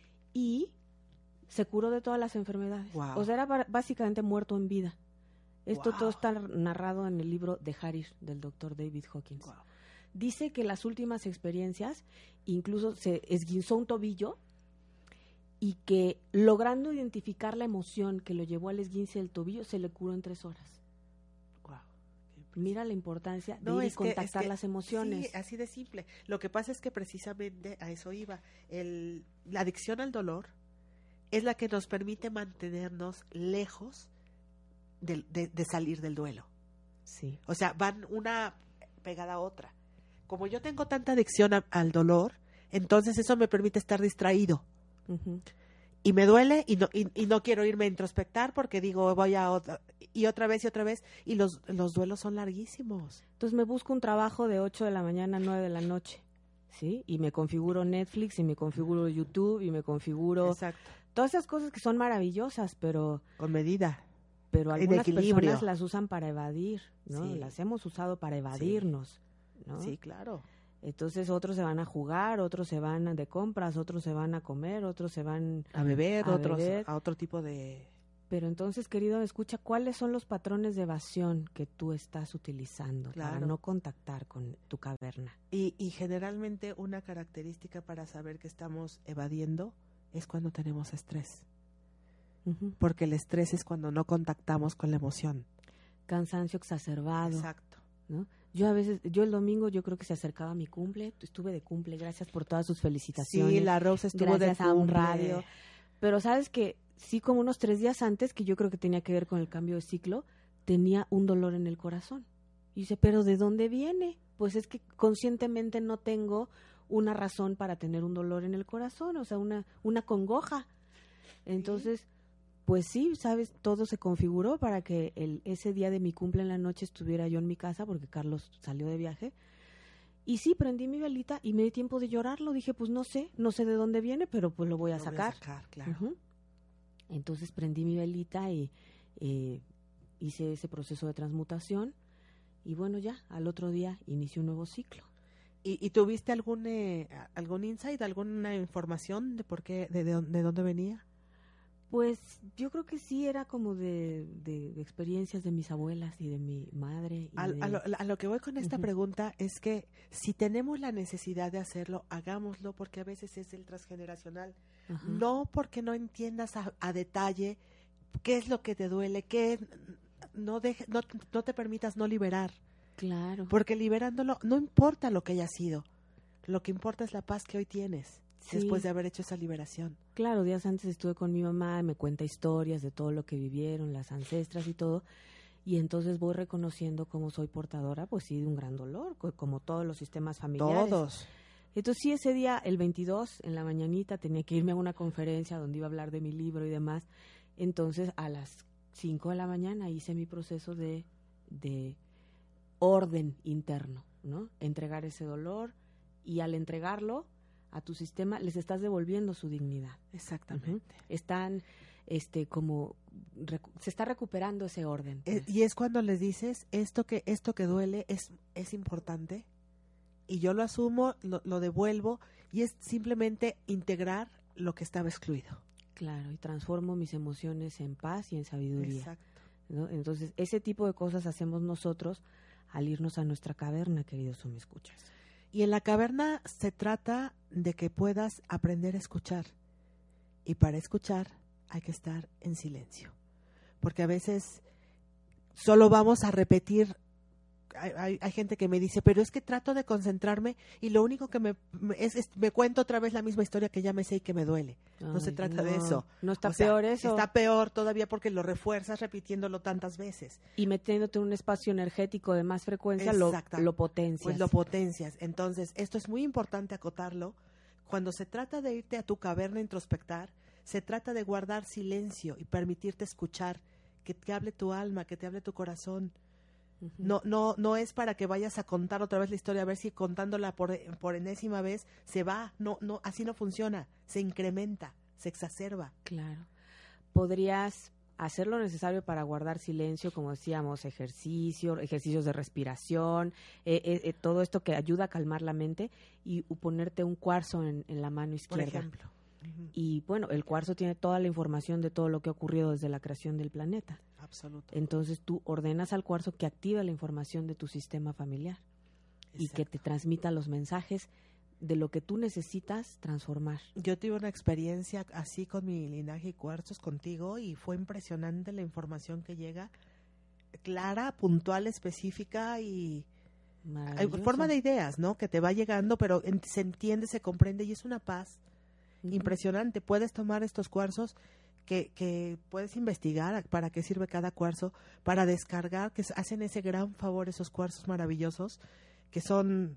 y se curó de todas las enfermedades. Wow. O sea, era básicamente muerto en vida. Esto todo está narrado en el libro de Harish, del doctor David Hawkins. Wow. Dice que las últimas experiencias, incluso se esguinzó un tobillo y que logrando identificar la emoción que lo llevó al esguince del tobillo, se le curó en 3 horas. Wow. Mira la importancia de ir y contactar las emociones. Sí, así de simple. Lo que pasa es que precisamente a eso iba. La adicción al dolor es la que nos permite mantenernos lejos de salir del duelo. Sí. O sea, van una pegada a otra. Como yo tengo tanta adicción al dolor, entonces eso me permite estar distraído. Uh-huh. Y me duele y no quiero irme a introspectar porque digo, voy a otra vez, y los duelos son larguísimos. Entonces me busco un trabajo de 8 de la mañana a 9 de la noche, ¿sí? Y me configuro Netflix y me configuro YouTube y me configuro Exacto. Todas esas cosas que son maravillosas, pero Con medida. algunas equilibrio. personas las usan para evadir, ¿no? Sí. Las hemos usado para evadirnos, ¿no? Sí, claro. Entonces otros se van a jugar, otros se van de compras, otros se van a comer, otros se van A beber, a otros beber. a otro tipo de... Pero entonces, querido, escucha, ¿cuáles son los patrones de evasión que tú estás utilizando para Claro. no contactar con tu caverna? Y generalmente una característica para saber que estamos evadiendo es cuando tenemos estrés. Ujú. Porque el estrés es cuando no contactamos con la emoción. Cansancio exacerbado, Exacto. ¿no? Yo el domingo, yo creo que se acercaba mi cumple, estuve de cumple, gracias por todas sus felicitaciones. Sí, la Rose estuvo gracias de a un cumple. radio. Pero sabes que sí, como unos 3 días antes, que yo creo que tenía que ver con el cambio de ciclo, tenía un dolor en el corazón. Y dice, ¿pero de dónde viene? Pues es que conscientemente no tengo una razón para tener un dolor en el corazón, o sea, una congoja. Entonces, pues sí, sabes, todo se configuró para que ese día de mi cumple en la noche estuviera yo en mi casa, porque Carlos salió de viaje. Y sí, prendí mi velita y me di tiempo de llorarlo. Dije, pues no sé de dónde viene, pero pues lo voy a Lo sacar. claro. Ujú. Entonces prendí mi velita y hice ese proceso de transmutación. Y bueno, ya, al otro día inició un nuevo ciclo. ¿Y tuviste algún insight, alguna información de por qué, de dónde venía? Pues yo creo que sí, era como de experiencias de mis abuelas y de mi madre. Y A lo que voy con esta Ujú. pregunta es que si tenemos la necesidad de hacerlo, hagámoslo, porque a veces es el transgeneracional. Ajá. No porque no entiendas a detalle qué es lo que te duele, no te permitas no liberar, Claro. porque liberándolo no importa lo que haya sido, lo que importa es la paz que hoy tienes Sí. después de haber hecho esa liberación. Claro, días antes estuve con mi mamá, me cuenta historias de todo lo que vivieron, las ancestras y todo, y entonces voy reconociendo cómo soy portadora, pues sí, de un gran dolor, como todos los sistemas familiares. Todos. Entonces sí, ese día, el 22, en la mañanita, tenía que irme a una conferencia donde iba a hablar de mi libro y demás. Entonces, a las 5 de la mañana hice mi proceso de orden interno, ¿no? Entregar ese dolor, y al entregarlo a tu sistema, les estás devolviendo su dignidad. Exactamente. Ujú. Están, se está recuperando ese orden. pues. Y es cuando les dices, esto que duele es importante, y yo lo asumo, lo devuelvo, y es simplemente integrar lo que estaba excluido. Claro, y transformo mis emociones en paz y en sabiduría. Exacto. ¿No? Entonces, ese tipo de cosas hacemos nosotros al irnos a nuestra caverna, queridos me escuchas. Y en la caverna se trata de que puedas aprender a escuchar. Y para escuchar hay que estar en silencio. Porque a veces solo vamos a repetir. Hay gente que me dice, pero es que trato de concentrarme y lo único que me cuento otra vez la misma historia que ya me sé y que me duele. No se Ay, trata de eso. No está O sea, peor eso. Está peor todavía porque lo refuerzas repitiéndolo tantas veces. Y metiéndote en un espacio energético de más frecuencia, Exacto. lo potencias. Pues lo potencias. Entonces, esto es muy importante acotarlo. Cuando se trata de irte a tu caverna a introspectar, se trata de guardar silencio y permitirte escuchar, que te hable tu alma, que te hable tu corazón. Ujú. No es para que vayas a contar otra vez la historia, a ver si contándola por enésima vez se va. No, así no funciona. Se incrementa, se exacerba. Claro. Podrías hacer lo necesario para guardar silencio, como decíamos, ejercicios de respiración, todo esto que ayuda a calmar la mente, y ponerte un cuarzo en la mano izquierda. Por ejemplo. Ujú. Y bueno, el cuarzo tiene toda la información de todo lo que ha ocurrido desde la creación del planeta. Absoluto. Entonces tú ordenas al cuarzo que active la información de tu sistema familiar y que te transmita los mensajes de lo que tú necesitas transformar. Yo tuve una experiencia así con mi linaje y cuarzos contigo y fue impresionante la información que llega, clara, puntual, específica y hay forma de ideas, ¿no? Que te va llegando, pero se entiende, se comprende y es una paz impresionante. Puedes tomar estos cuarzos que puedes investigar para qué sirve cada cuarzo, para descargar, que hacen ese gran favor esos cuarzos maravillosos, que son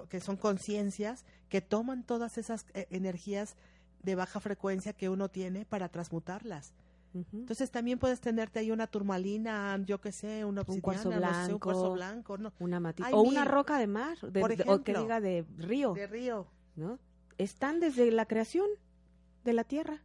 conciencias que toman todas esas energías de baja frecuencia que uno tiene para transmutarlas. Entonces también puedes tenerte ahí una turmalina, yo qué sé, una obsidiana, cuarzo no sé, un cuarzo blanco, blanco, no. una matita, Hay o mil. una roca de mar, Por ejemplo, o que diga de río, de río. ¿no? Están desde la creación de la tierra.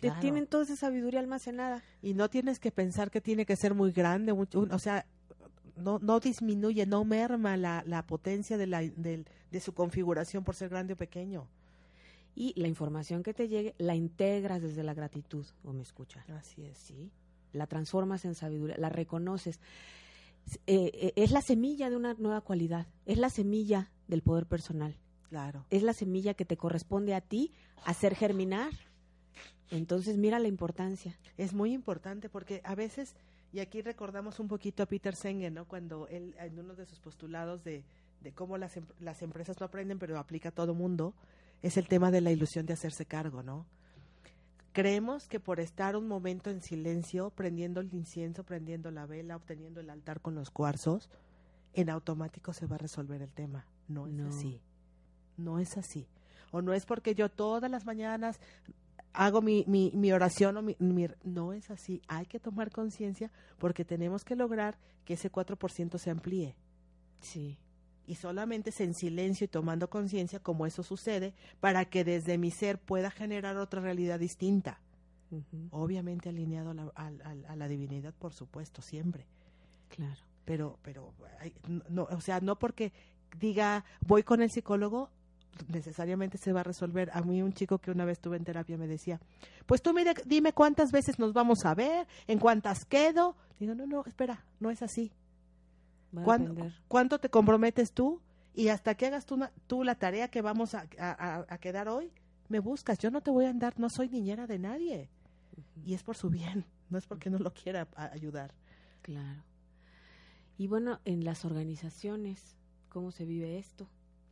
Claro. Tienen toda esa sabiduría almacenada. Y no tienes que pensar que tiene que ser muy grande, o sea, no disminuye, no merma la potencia de su configuración por ser grande o pequeño. Y la información que te llegue la integras desde la gratitud, ¿o me escuchas? Así es. Sí, la transformas en sabiduría, la reconoces. Es la semilla de una nueva cualidad, es la semilla del poder personal. Claro. Es la semilla que te corresponde a ti hacer germinar. Entonces, mira la importancia. Es muy importante porque a veces, y aquí recordamos un poquito a Peter Senge, ¿no? Cuando él, en uno de sus postulados de cómo las empresas no aprenden, pero aplica a todo mundo, es el tema de la ilusión de hacerse cargo, ¿no? Creemos que por estar un momento en silencio, prendiendo el incienso, prendiendo la vela, obteniendo el altar con los cuarzos, en automático se va a resolver el tema. No es así. No es así. O no es porque yo todas las mañanas hago mi oración o no es así. Hay que tomar conciencia porque tenemos que lograr que ese 4% se amplíe. Sí. Y solamente es en silencio y tomando conciencia como eso sucede para que desde mi ser pueda generar otra realidad distinta. Uh-huh. Obviamente alineado a la divinidad, por supuesto, siempre. Claro. Pero no, o sea, no porque diga voy con el psicólogo necesariamente se va a resolver. A mí un chico que una vez estuve en terapia me decía, pues tú dime cuántas veces nos vamos a ver, en cuántas quedo. Digo, no, espera, no es así. ¿Cuánto te comprometes tú? Y hasta que hagas tú la tarea que vamos a quedar hoy, me buscas. Yo no te voy a andar, no soy niñera de nadie. Uh-huh. Y es por su bien, no es porque no lo quiera ayudar. Claro. Y bueno, en las organizaciones, ¿cómo se vive esto?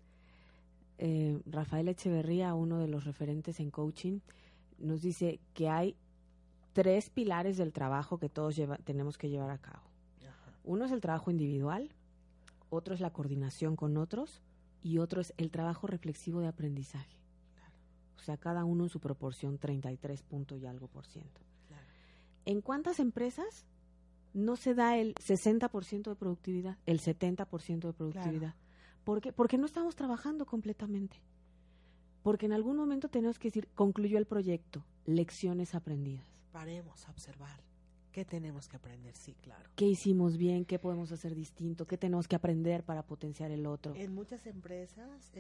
Rafael Echeverría, uno de los referentes en coaching, nos dice que hay 3 pilares del trabajo que todos tenemos que llevar a cabo. Ajá. Uno es el trabajo individual, otro es la coordinación con otros y otro es el trabajo reflexivo de aprendizaje. Claro. O sea, cada uno en su proporción, 33 punto y algo %. Claro. ¿En cuántas empresas no se da el 60% de productividad, el 70% de productividad? Claro. ¿Por qué? Porque no estamos trabajando completamente. Porque en algún momento tenemos que decir, concluyó el proyecto, lecciones aprendidas. Paremos a observar. ¿Qué tenemos que aprender? Sí, claro. ¿Qué hicimos bien? ¿Qué podemos hacer distinto? ¿Qué tenemos que aprender para potenciar el otro? En muchas empresas,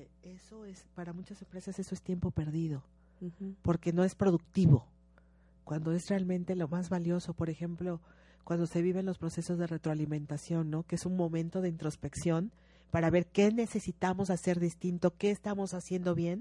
para muchas empresas eso es tiempo perdido. Uh-huh. Porque no es productivo. Cuando es realmente lo más valioso, por ejemplo, cuando se viven los procesos de retroalimentación, ¿no? Que es un momento de introspección para ver qué necesitamos hacer distinto, qué estamos haciendo bien.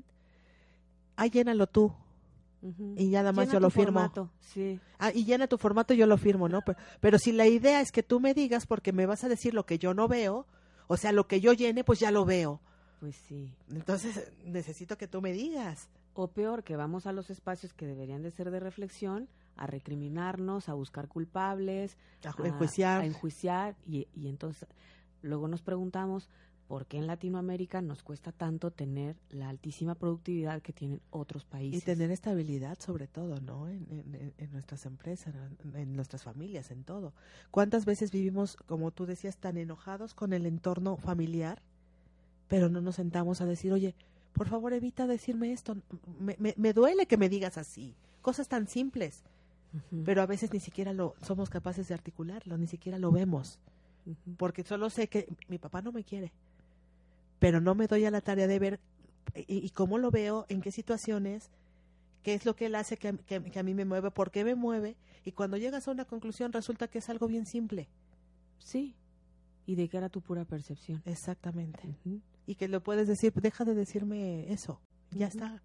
Llénalo tú. Uh-huh. Y ya nada más yo lo firmo. Formato, sí. Y llena tu formato y yo lo firmo, ¿no? Pero si la idea es que tú me digas porque me vas a decir lo que yo no veo, o sea, lo que yo llene, pues ya lo veo. Pues sí. Entonces necesito que tú me digas. O peor, que vamos a los espacios que deberían de ser de reflexión, a recriminarnos, a buscar culpables, a enjuiciar y entonces luego nos preguntamos por qué en Latinoamérica nos cuesta tanto tener la altísima productividad que tienen otros países. Y tener estabilidad sobre todo, ¿no? En nuestras empresas, en nuestras familias, en todo. ¿Cuántas veces vivimos, como tú decías, tan enojados con el entorno familiar, pero no nos sentamos a decir, oye, por favor evita decirme esto, me duele que me digas así, cosas tan simples, uh-huh. Pero a veces ni siquiera somos capaces de articularlo, ni siquiera lo vemos, uh-huh. Porque solo sé que mi papá no me quiere, pero no me doy a la tarea de ver y cómo lo veo, en qué situaciones, qué es lo que él hace que a mí me mueve, por qué me mueve, y cuando llegas a una conclusión resulta que es algo bien simple. Sí, y de que era tu pura percepción. Exactamente. Uh-huh. Y que lo puedes decir, deja de decirme eso, ya está.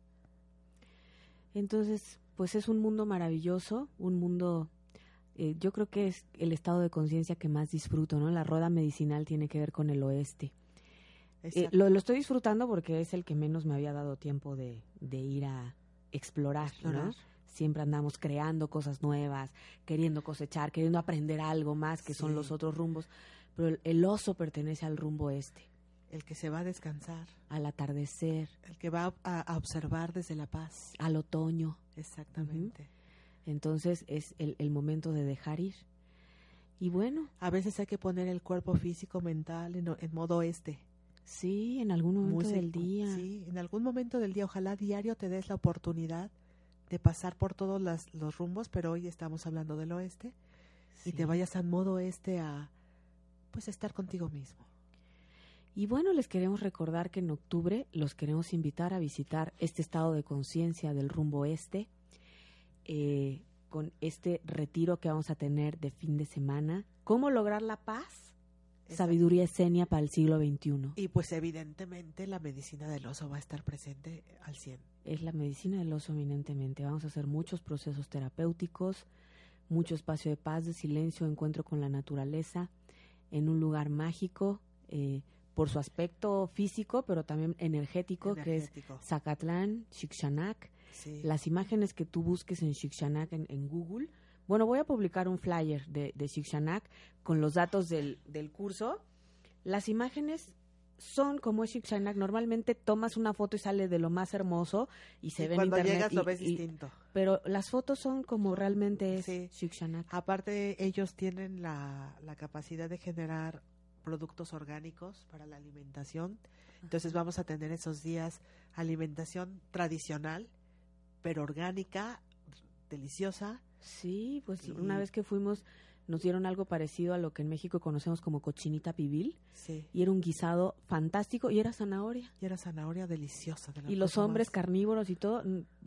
Entonces, pues es un mundo maravilloso, un mundo, yo creo que es el estado de conciencia que más disfruto, ¿no? La rueda medicinal tiene que ver con el oeste. Lo estoy disfrutando porque es el que menos me había dado tiempo de ir a explorar, ¿no? Siempre andamos creando cosas nuevas, queriendo cosechar, queriendo aprender algo más que son los otros rumbos, pero el oso pertenece al rumbo este. El que se va a descansar. Al atardecer. El que va a observar desde la paz. Al otoño. Exactamente. Uh-huh. Entonces es el momento de dejar ir. Y bueno. A veces hay que poner el cuerpo físico, mental en modo Sí, en algún momento del día. Sí, en algún momento del día. Ojalá diario te des la oportunidad pasar por todos los rumbos, pero hoy estamos hablando del oeste, y te vayas al modo oeste a pues estar contigo mismo. Y bueno, les queremos recordar que en octubre los queremos invitar a visitar este estado de conciencia del rumbo este, con este retiro que vamos a tener de fin de semana. ¿Cómo lograr la paz? Sabiduría esenia para el siglo XXI. Y pues evidentemente la medicina del oso va a estar presente al 100. Es la medicina del oso eminentemente. Vamos a hacer muchos procesos terapéuticos, mucho espacio de paz, de silencio, encuentro con la naturaleza, en un lugar mágico, por su aspecto físico, pero también energético. Que es Zacatlán, Xixanac. Sí. Las imágenes que tú busques en Xixanac en Google. Bueno, voy a publicar un flyer de Xixanac con los datos del curso. Las imágenes son como es Xixanac. Normalmente tomas una foto y sale de lo más hermoso y se ve en internet. Cuando llegas lo ves distinto. Pero las fotos son como realmente es Xixanac. Aparte, ellos tienen la capacidad de generar productos orgánicos para la alimentación. Entonces vamos a tener esos días alimentación tradicional, pero orgánica, deliciosa. Sí, pues una vez que fuimos nos dieron algo parecido a lo que en México conocemos como cochinita pibil. Sí. Y era un guisado fantástico y era zanahoria. Y era zanahoria deliciosa. Y los hombres carnívoros y todo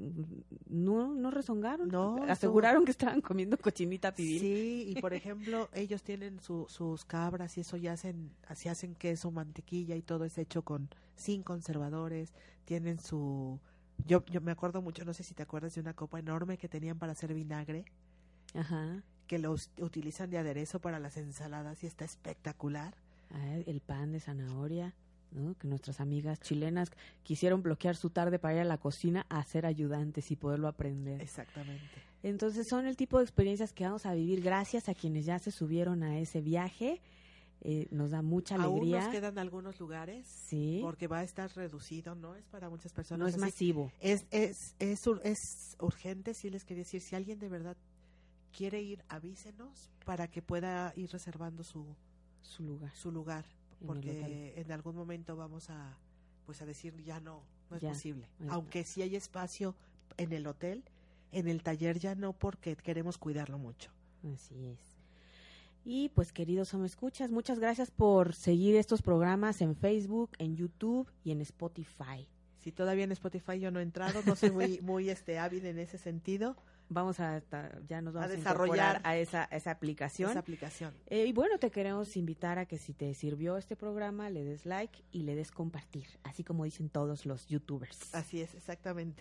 no rezongaron. No. Aseguraron que estaban comiendo cochinita pibil. Sí, y por ejemplo, ellos tienen sus cabras y eso ya hacen queso, mantequilla y todo es hecho sin conservadores. Tienen yo me acuerdo mucho, no sé si te acuerdas de una copa enorme que tenían para hacer vinagre. Ajá. Que lo utilizan de aderezo para las ensaladas y está espectacular. El pan de zanahoria, ¿no? Que nuestras amigas chilenas quisieron bloquear su tarde para ir a la cocina a ser ayudantes y poderlo aprender. Exactamente. Entonces son el tipo de experiencias que vamos a vivir gracias a quienes ya se subieron a ese viaje. Nos da mucha alegría. Aún nos quedan algunos lugares, sí, porque va a estar reducido, no es para muchas personas. No es masivo. Es urgente, sí les quería decir, si alguien de verdad quiere ir, avísenos para que pueda ir reservando su lugar, porque en algún momento vamos a decir ya no es posible. Aunque sí hay espacio en el hotel, en el taller ya no, porque queremos cuidarlo mucho. Así es. Y pues queridos escuchas, muchas gracias por seguir estos programas en Facebook, en YouTube y en Spotify. Si todavía en Spotify yo no he entrado, no soy muy hábil en ese sentido. Ya nos vamos a desarrollar a esa aplicación. Y bueno, te queremos invitar a que si te sirvió este programa, le des like y le des compartir, así como dicen todos los youtubers. Así es, exactamente.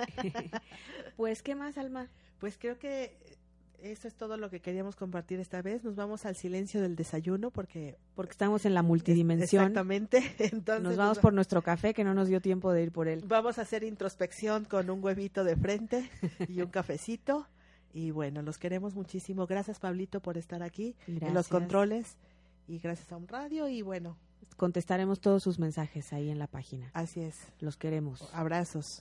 Pues, ¿qué más, Alma? Pues creo que eso es todo lo que queríamos compartir esta vez. Nos vamos al silencio del desayuno porque estamos en la multidimensión. Exactamente. Entonces nos vamos por nuestro café, que no nos dio tiempo de ir por él. Vamos a hacer introspección con un huevito de frente y un cafecito. Y bueno, los queremos muchísimo. Gracias, Pablito, por estar aquí en los controles. Y gracias a un radio. Y bueno, contestaremos todos sus mensajes ahí en la página. Así es. Los queremos. Abrazos.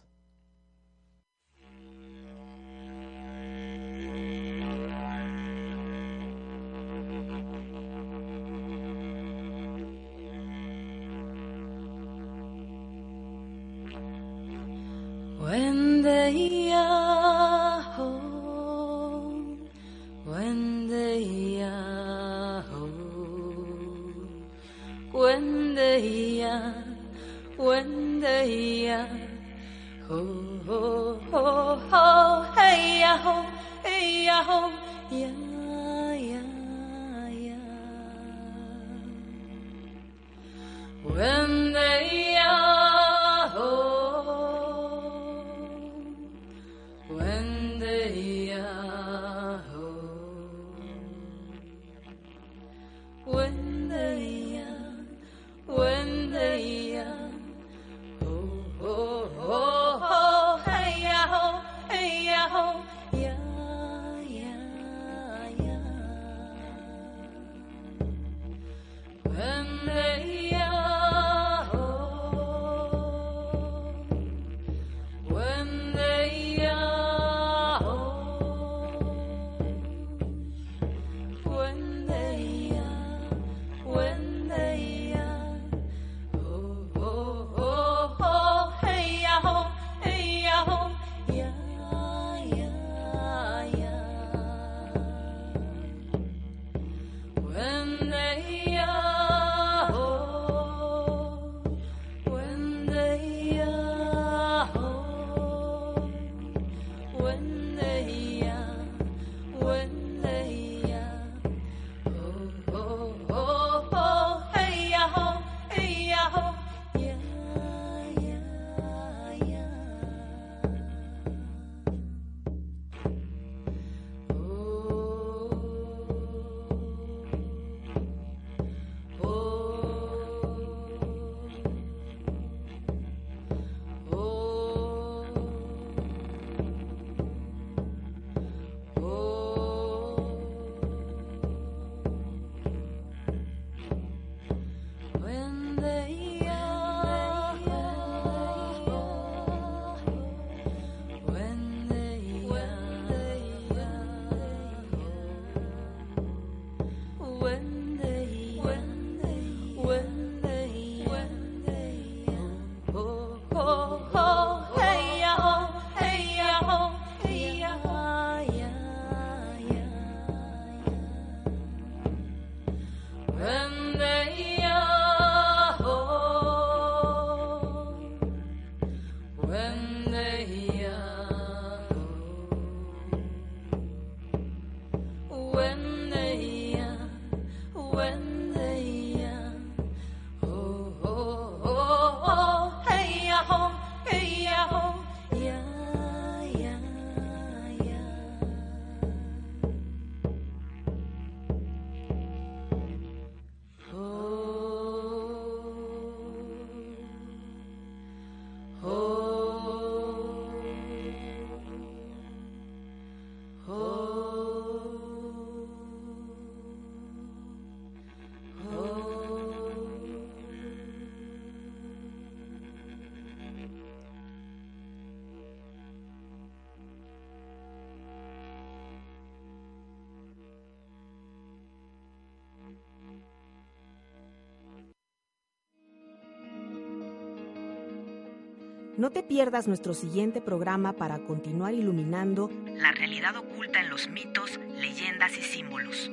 No te pierdas nuestro siguiente programa para continuar iluminando la realidad oculta en los mitos, leyendas y símbolos.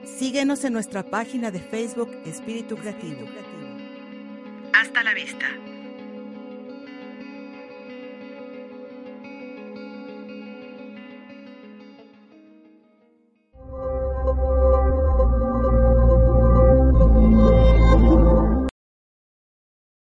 Síguenos en nuestra página de Facebook Espíritu Creativo. Hasta la vista.